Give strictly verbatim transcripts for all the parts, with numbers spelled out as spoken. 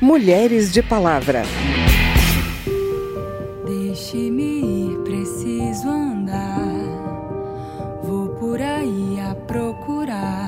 Mulheres de Palavra. Deixe-me ir, preciso andar. Vou por aí a procurar.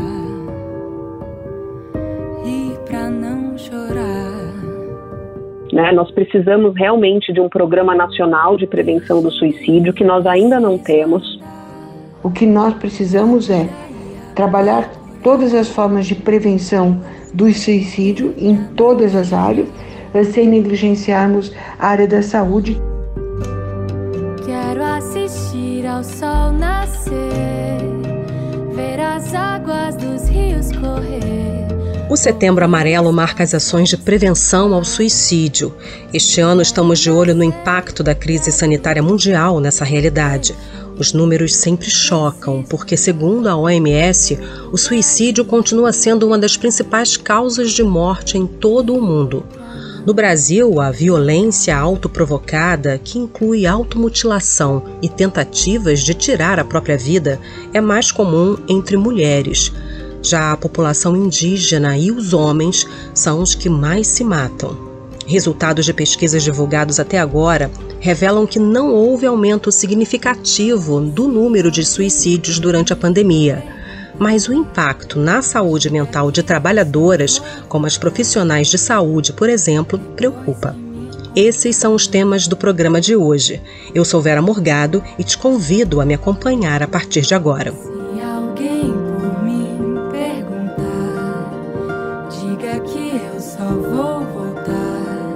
Ir pra não chorar. Né, nós precisamos realmente de um programa nacional de prevenção do suicídio, que nós ainda não temos. O que nós precisamos é trabalhar todas as formas de prevenção do suicídio em todas as áreas, sem negligenciarmos a área da saúde. Quero assistir ao sol nascer, ver as águas dos rios correr. O Setembro Amarelo marca as ações de prevenção ao suicídio. Este ano estamos de olho no impacto da crise sanitária mundial nessa realidade. Os números sempre chocam, porque, segundo a O M S, o suicídio continua sendo uma das principais causas de morte em todo o mundo. No Brasil, a violência autoprovocada, que inclui automutilação e tentativas de tirar a própria vida, é mais comum entre mulheres. Já a população indígena e os homens são os que mais se matam. Resultados de pesquisas divulgados até agora revelam que não houve aumento significativo do número de suicídios durante a pandemia, mas o impacto na saúde mental de trabalhadoras, como as profissionais de saúde, por exemplo, preocupa. Esses são os temas do programa de hoje. Eu sou Vera Morgado e te convido a me acompanhar a partir de agora. Se alguém por mim perguntar, diga que eu só vou voltar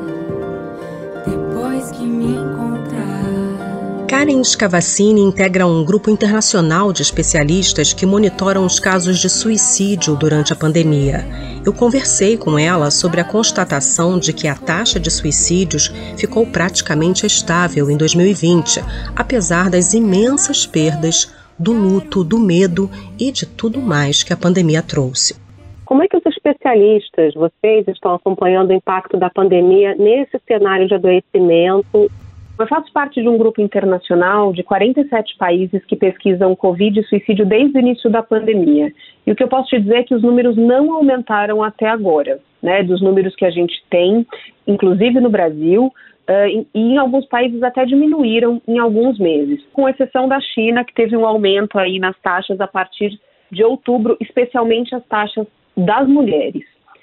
depois que me encontrar. Karen Scavacini integra um grupo internacional de especialistas que monitoram os casos de suicídio durante a pandemia. Eu conversei com ela sobre a constatação de que a taxa de suicídios ficou praticamente estável em dois mil e vinte, apesar das imensas perdas, do luto, do medo e de tudo mais que a pandemia trouxe. Como é que os especialistas, vocês, estão acompanhando o impacto da pandemia nesse cenário de adoecimento? Eu faço parte de um grupo internacional de quarenta e sete países que pesquisam Covid e suicídio desde o início da pandemia. E o que eu posso te dizer é que os números não aumentaram até agora, né, dos números que a gente tem, inclusive no Brasil, uh, e em alguns países até diminuíram em alguns meses, com exceção da China, que teve um aumento aí nas taxas a partir de outubro, especialmente as taxas das mulheres.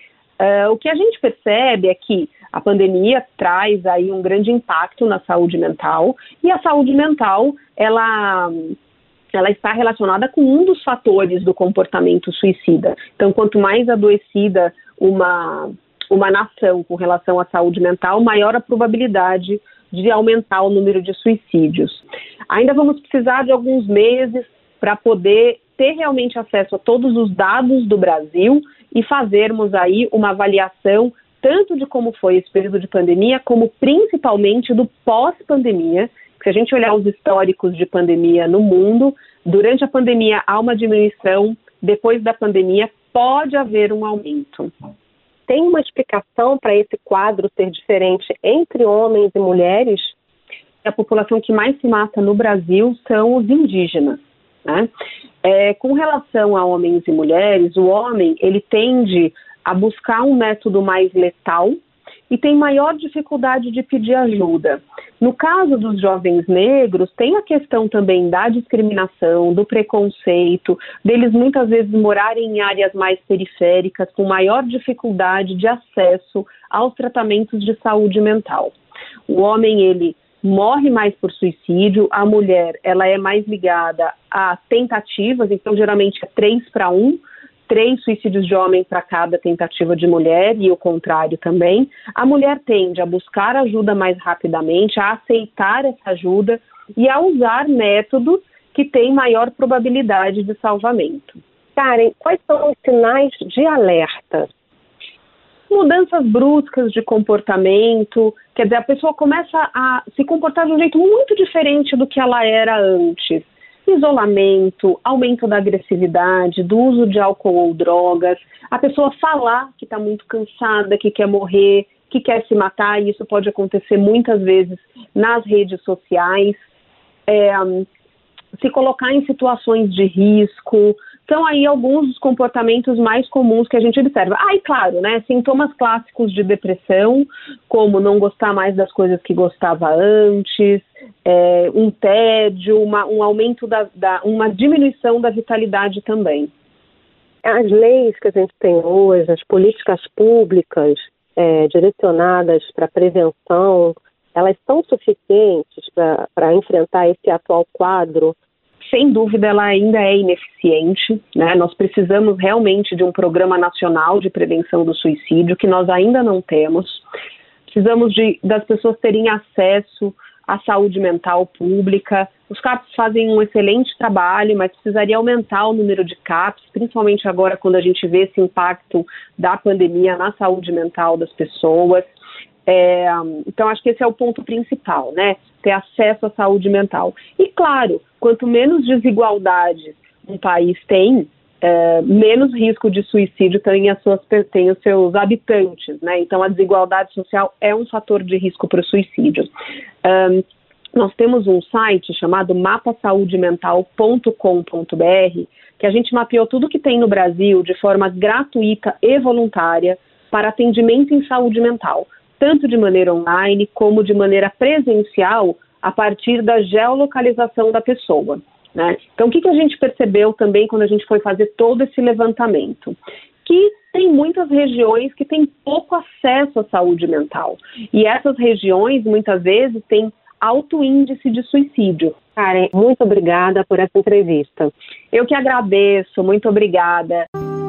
Uh, o que a gente percebe é que a pandemia traz aí um grande impacto na saúde mental, e a saúde mental, ela, ela está relacionada com um dos fatores do comportamento suicida. Então, quanto mais adoecida uma, uma nação com relação à saúde mental, maior a probabilidade de aumentar o número de suicídios. Ainda vamos precisar de alguns meses para poder ter realmente acesso a todos os dados do Brasil e fazermos aí uma avaliação tanto de como foi esse período de pandemia, como principalmente do pós-pandemia. Se a gente olhar os históricos de pandemia no mundo, durante a pandemia há uma diminuição, depois da pandemia pode haver um aumento. Tem uma explicação para esse quadro ser diferente entre homens e mulheres? A população que mais se mata no Brasil são os indígenas, né? É, com relação a homens e mulheres, o homem ele tende a buscar um método mais letal e tem maior dificuldade de pedir ajuda. No caso dos jovens negros, tem a questão também da discriminação, do preconceito, deles muitas vezes morarem em áreas mais periféricas, com maior dificuldade de acesso aos tratamentos de saúde mental. O homem, ele morre mais por suicídio, a mulher, ela é mais ligada a tentativas, então geralmente é três para um, três suicídios de homem para cada tentativa de mulher, e o contrário também. A mulher tende a buscar ajuda mais rapidamente, a aceitar essa ajuda e a usar métodos que têm maior probabilidade de salvamento. Karen, quais são os sinais de alerta? Mudanças bruscas de comportamento, quer dizer, a pessoa começa a se comportar de um jeito muito diferente do que ela era antes. Isolamento, aumento da agressividade, do uso de álcool ou drogas, a pessoa falar que está muito cansada, que quer morrer, que quer se matar, e isso pode acontecer muitas vezes nas redes sociais, é, se colocar em situações de risco, são aí alguns dos comportamentos mais comuns que a gente observa. Ah, e claro, né, sintomas clássicos de depressão, como não gostar mais das coisas que gostava antes, é, um tédio, uma, um aumento, da, da, uma diminuição da vitalidade também. As leis que a gente tem hoje, as políticas públicas é, direcionadas para a prevenção, elas são suficientes para enfrentar esse atual quadro? Sem dúvida, ela ainda é ineficiente, né? Nós precisamos realmente de um programa nacional de prevenção do suicídio, que nós ainda não temos. Precisamos de, das pessoas terem acesso à saúde mental pública. Os CAPs fazem um excelente trabalho, mas precisaria aumentar o número de CAPs, principalmente agora quando a gente vê esse impacto da pandemia na saúde mental das pessoas. É, então, acho que esse é o ponto principal, né? Ter acesso à saúde mental. E, claro, quanto menos desigualdades um país tem, é, menos risco de suicídio tem, as suas, tem os seus habitantes, né? Então, a desigualdade social é um fator de risco para o suicídio. Um, nós temos um site chamado mapa saúde mental ponto com ponto b r, que a gente mapeou tudo que tem no Brasil de forma gratuita e voluntária para atendimento em saúde mental, tanto de maneira online como de maneira presencial, a partir da geolocalização da pessoa, né? Então, o que, que a gente percebeu também quando a gente foi fazer todo esse levantamento? Que tem muitas regiões que têm pouco acesso à saúde mental. E essas regiões, muitas vezes, têm alto índice de suicídio. Karen, muito obrigada por essa entrevista. Eu que agradeço, muito obrigada.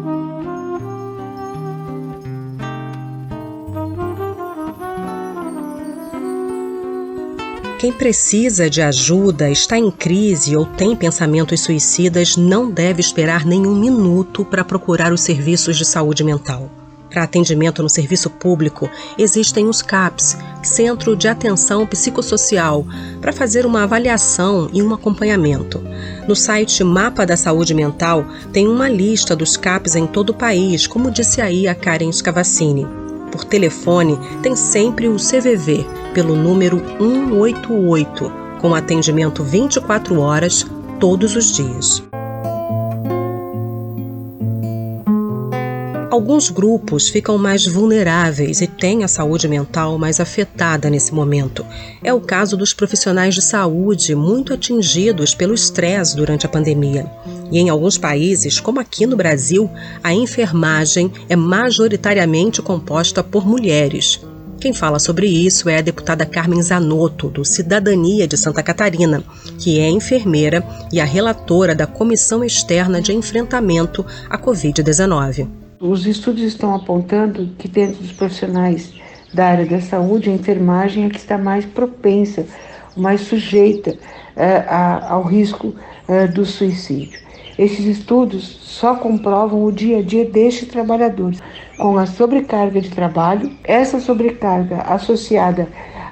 Quem precisa de ajuda, está em crise ou tem pensamentos suicidas não deve esperar nenhum minuto para procurar os serviços de saúde mental. Para atendimento no serviço público, existem os CAPs, Centro de Atenção Psicossocial, para fazer uma avaliação e um acompanhamento. No site Mapa da Saúde Mental tem uma lista dos CAPs em todo o país, como disse aí a Karen Scavacini. Por telefone, tem sempre o C V V, pelo número um oito oito, com atendimento vinte e quatro horas, todos os dias. Alguns grupos ficam mais vulneráveis e têm a saúde mental mais afetada nesse momento. É o caso dos profissionais de saúde muito atingidos pelo estresse durante a pandemia. E em alguns países, como aqui no Brasil, a enfermagem é majoritariamente composta por mulheres. Quem fala sobre isso é a deputada Carmen Zanotto, do Cidadania de Santa Catarina, que é enfermeira e a relatora da Comissão Externa de Enfrentamento à covid dezenove. Os estudos estão apontando que dentro dos profissionais da área da saúde, a enfermagem é que está mais propensa, mais sujeita uh, a, ao risco uh, do suicídio. Esses estudos só comprovam o dia a dia destes trabalhadores. Com a sobrecarga de trabalho, essa sobrecarga associada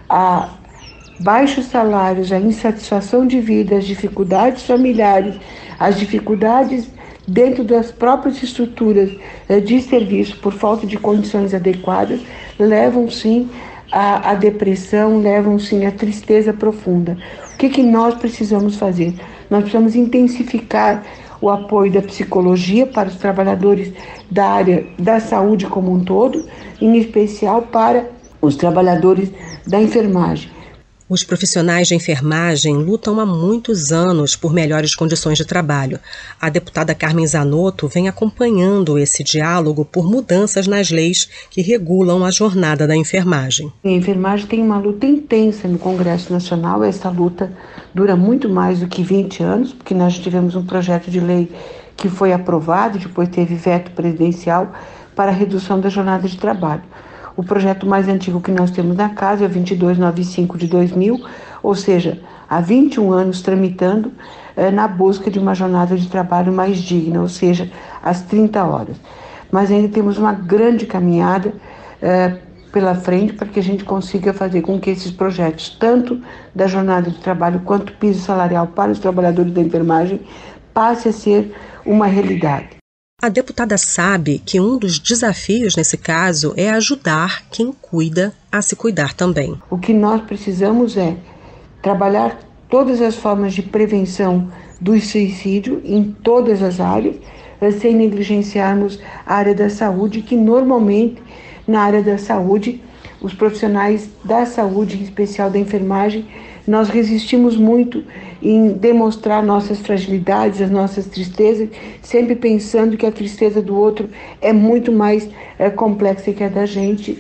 a baixos salários, a insatisfação de vida, as dificuldades familiares, as dificuldades dentro das próprias estruturas de serviço por falta de condições adequadas, levam sim à, à depressão, levam sim à tristeza profunda. O que, que nós precisamos fazer? Nós precisamos intensificar o apoio da psicologia para os trabalhadores da área da saúde como um todo, em especial para os trabalhadores da enfermagem. Os profissionais de enfermagem lutam há muitos anos por melhores condições de trabalho. A deputada Carmen Zanotto vem acompanhando esse diálogo por mudanças nas leis que regulam a jornada da enfermagem. A enfermagem tem uma luta intensa no Congresso Nacional. Essa luta dura muito mais do que vinte anos, porque nós tivemos um projeto de lei que foi aprovado, depois teve veto presidencial para a redução da jornada de trabalho. O projeto mais antigo que nós temos na casa é o vinte e dois noventa e cinco de dois mil, ou seja, há vinte e um anos tramitando eh, na busca de uma jornada de trabalho mais digna, ou seja, às trinta horas. Mas ainda temos uma grande caminhada eh, pela frente para que a gente consiga fazer com que esses projetos, tanto da jornada de trabalho quanto piso salarial para os trabalhadores da enfermagem, passe a ser uma realidade. A deputada sabe que um dos desafios nesse caso é ajudar quem cuida a se cuidar também. O que nós precisamos é trabalhar todas as formas de prevenção do suicídio em todas as áreas, sem negligenciarmos a área da saúde, que normalmente na área da saúde, os profissionais da saúde, em especial da enfermagem, nós resistimos muito em demonstrar nossas fragilidades, as nossas tristezas, sempre pensando que a tristeza do outro é muito mais é, complexa que a da gente.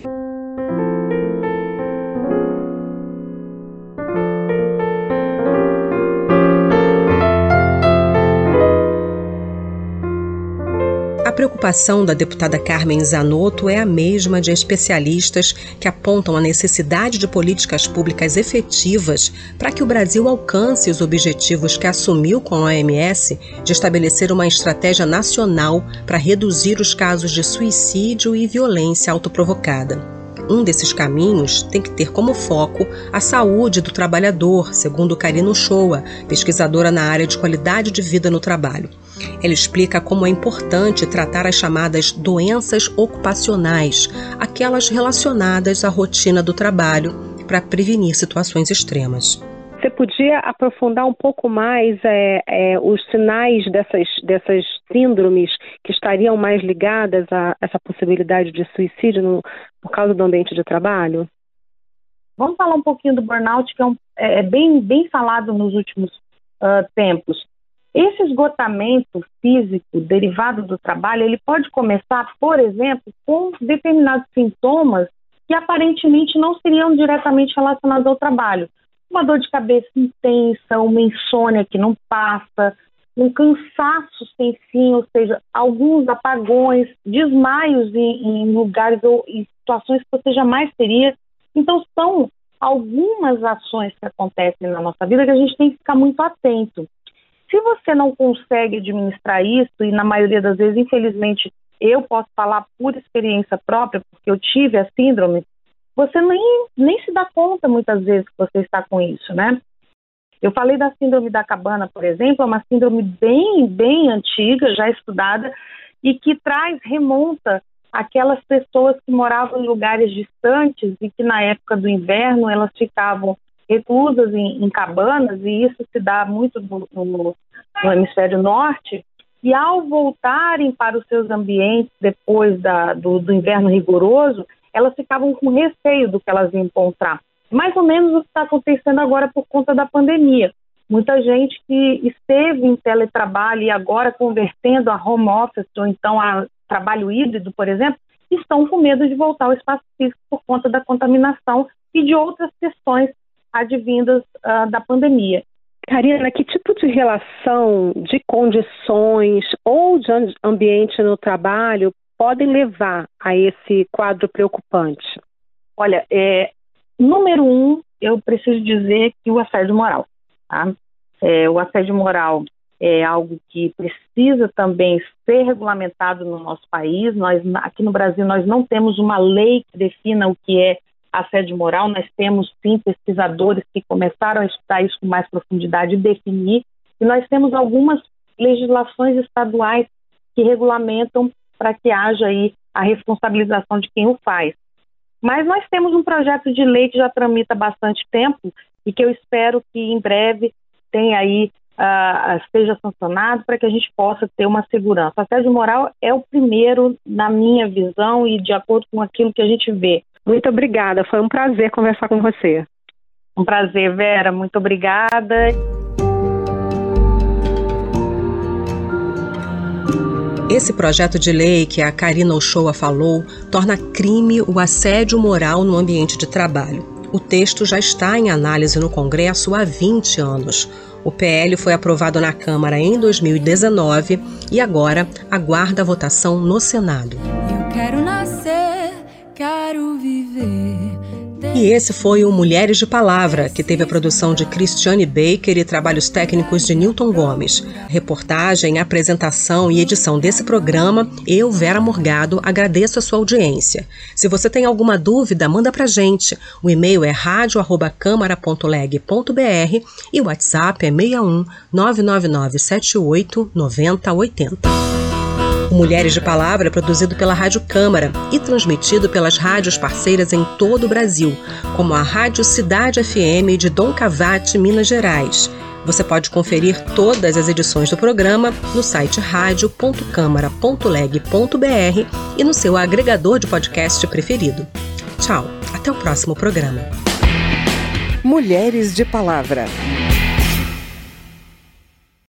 A preocupação da deputada Carmen Zanotto é a mesma de especialistas que apontam a necessidade de políticas públicas efetivas para que o Brasil alcance os objetivos que assumiu com a O M S de estabelecer uma estratégia nacional para reduzir os casos de suicídio e violência autoprovocada. Um desses caminhos tem que ter como foco a saúde do trabalhador, segundo Karina Uchoa, pesquisadora na área de qualidade de vida no trabalho. Ela explica como é importante tratar as chamadas doenças ocupacionais, aquelas relacionadas à rotina do trabalho, para prevenir situações extremas. Você podia aprofundar um pouco mais é, é, os sinais dessas, dessas síndromes que estariam mais ligadas a essa possibilidade de suicídio no, por causa do ambiente de trabalho? Vamos falar um pouquinho do burnout, que é, um, é bem, bem falado nos últimos uh, tempos. Esse esgotamento físico derivado do trabalho, ele pode começar, por exemplo, com determinados sintomas que aparentemente não seriam diretamente relacionados ao trabalho. Uma dor de cabeça intensa, uma insônia que não passa, um cansaço sem fim, ou seja, alguns apagões, desmaios em, em lugares ou em situações que você jamais teria. Então, são algumas ações que acontecem na nossa vida que a gente tem que ficar muito atento. Se você não consegue administrar isso, e na maioria das vezes, infelizmente, eu posso falar por experiência própria, porque eu tive a síndrome, você nem, nem se dá conta muitas vezes que você está com isso, né? Eu falei da síndrome da cabana, por exemplo, é uma síndrome bem, bem antiga, já estudada, e que traz, remonta aquelas pessoas que moravam em lugares distantes e que na época do inverno elas ficavam reclusas em, em cabanas, e isso se dá muito no, no, no hemisfério norte, e ao voltarem para os seus ambientes depois da, do, do inverno rigoroso, elas ficavam com receio do que elas iam encontrar. Mais ou menos o que está acontecendo agora por conta da pandemia. Muita gente que esteve em teletrabalho e agora convertendo a home office ou então a trabalho híbrido, por exemplo, estão com medo de voltar ao espaço físico por conta da contaminação e de outras questões advindas uh, da pandemia. Karina, que tipo de relação de condições ou de ambiente no trabalho podem levar a esse quadro preocupante? Olha, é, número um, eu preciso dizer que o assédio moral. Tá? É, o assédio moral é algo que precisa também ser regulamentado no nosso país. Nós, aqui no Brasil, nós não temos uma lei que defina o que é assédio moral. Nós temos, sim, pesquisadores que começaram a estudar isso com mais profundidade e definir. E nós temos algumas legislações estaduais que regulamentam para que haja aí a responsabilização de quem o faz. Mas nós temos um projeto de lei que já tramita há bastante tempo e que eu espero que em breve tenha aí, uh, seja sancionado para que a gente possa ter uma segurança. O assédio moral é o primeiro, na minha visão e de acordo com aquilo que a gente vê. Muito obrigada, foi um prazer conversar com você. Um prazer, Vera, muito obrigada. Esse projeto de lei que a Karina Uchoa falou torna crime o assédio moral no ambiente de trabalho. O texto já está em análise no Congresso há vinte anos. O P L foi aprovado na Câmara em dois mil e dezenove e agora aguarda a votação no Senado. Eu quero nascer, quero viver. E esse foi o Mulheres de Palavra, que teve a produção de Cristiane Baker e trabalhos técnicos de Newton Gomes. Reportagem, apresentação e edição desse programa, eu, Vera Morgado, agradeço a sua audiência. Se você tem alguma dúvida, manda pra gente. O e-mail é radio arroba câmara ponto leg ponto b r e o WhatsApp é seis um nove nove nove sete oito nove zero oito zero. O Mulheres de Palavra é produzido pela Rádio Câmara e transmitido pelas rádios parceiras em todo o Brasil, como a Rádio Cidade F M de Dom Cavate, Minas Gerais, Você pode conferir todas as edições do programa no site rádio ponto câmara ponto leg ponto br e no seu agregador de podcast preferido. Tchau, até o próximo programa. Mulheres de Palavra.